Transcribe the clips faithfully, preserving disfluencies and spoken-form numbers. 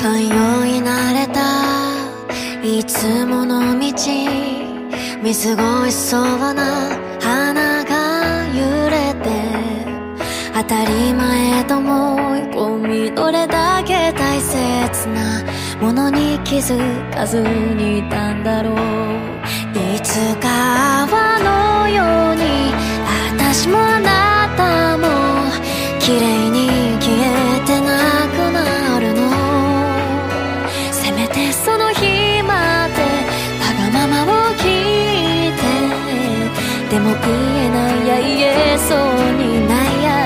通い慣れたいつもの道、見過ごしそうな花が揺れて、当たり前と思い込み、どれだけ大切なものに気づかずにいたんだろう。いつか泡のように私もあなたも綺麗に消えてなくなるの。せめてその日までわがままを聞いて、でも言えないや言えそうにないや。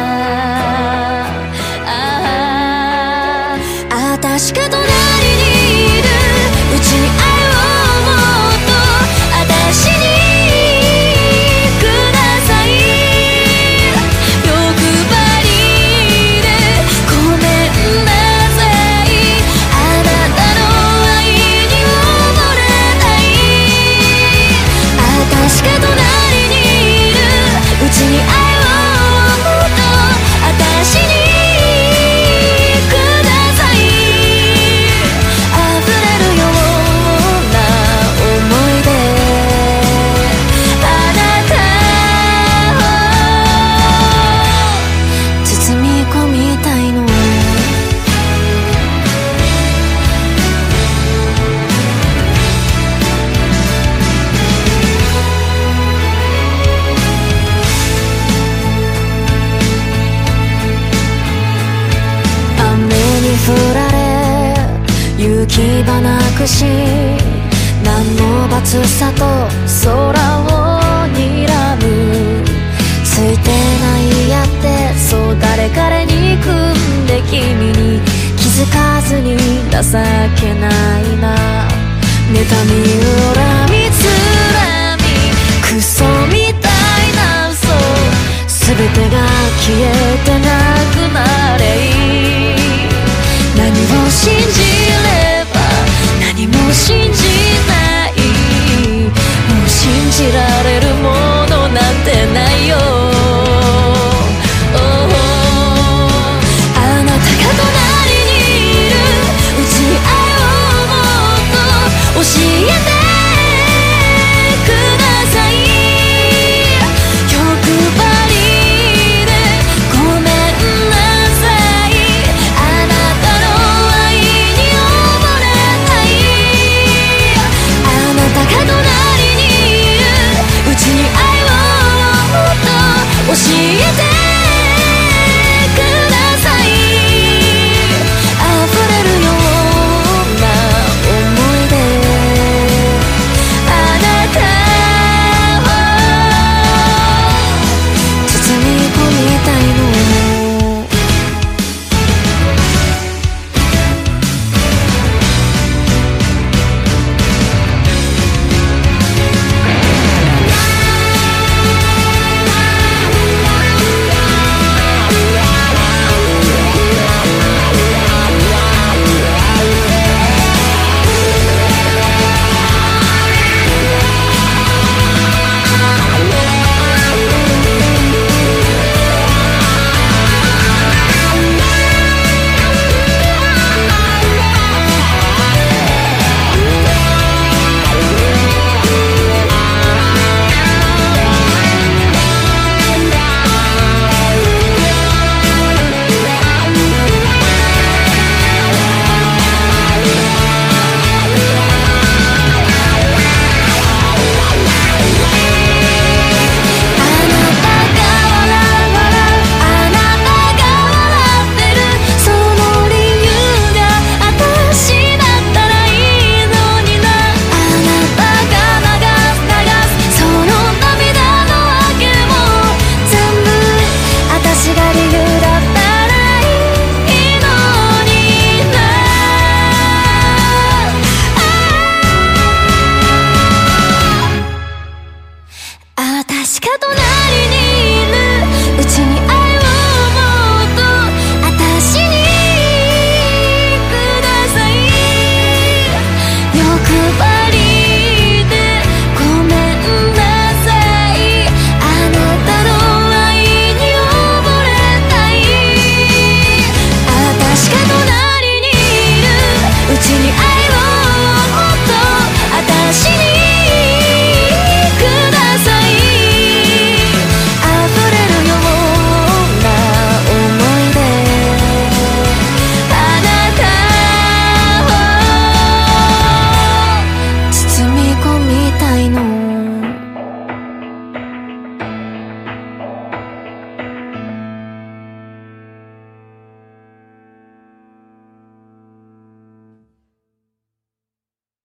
ああ、確か隣にいるうちに愛をもっと私にください。欲張りでごめんなさい。あなたの愛に溺れたい。あ、確か隣にいるうちに愛をもっと私にください。溢れるような思いであなたを包み込みたいの。雨に降られ雪がなくし、何の罰さと空を睨む。ついてないやってそう誰彼に組んで、君に気づかずに情けないな。妬み恨み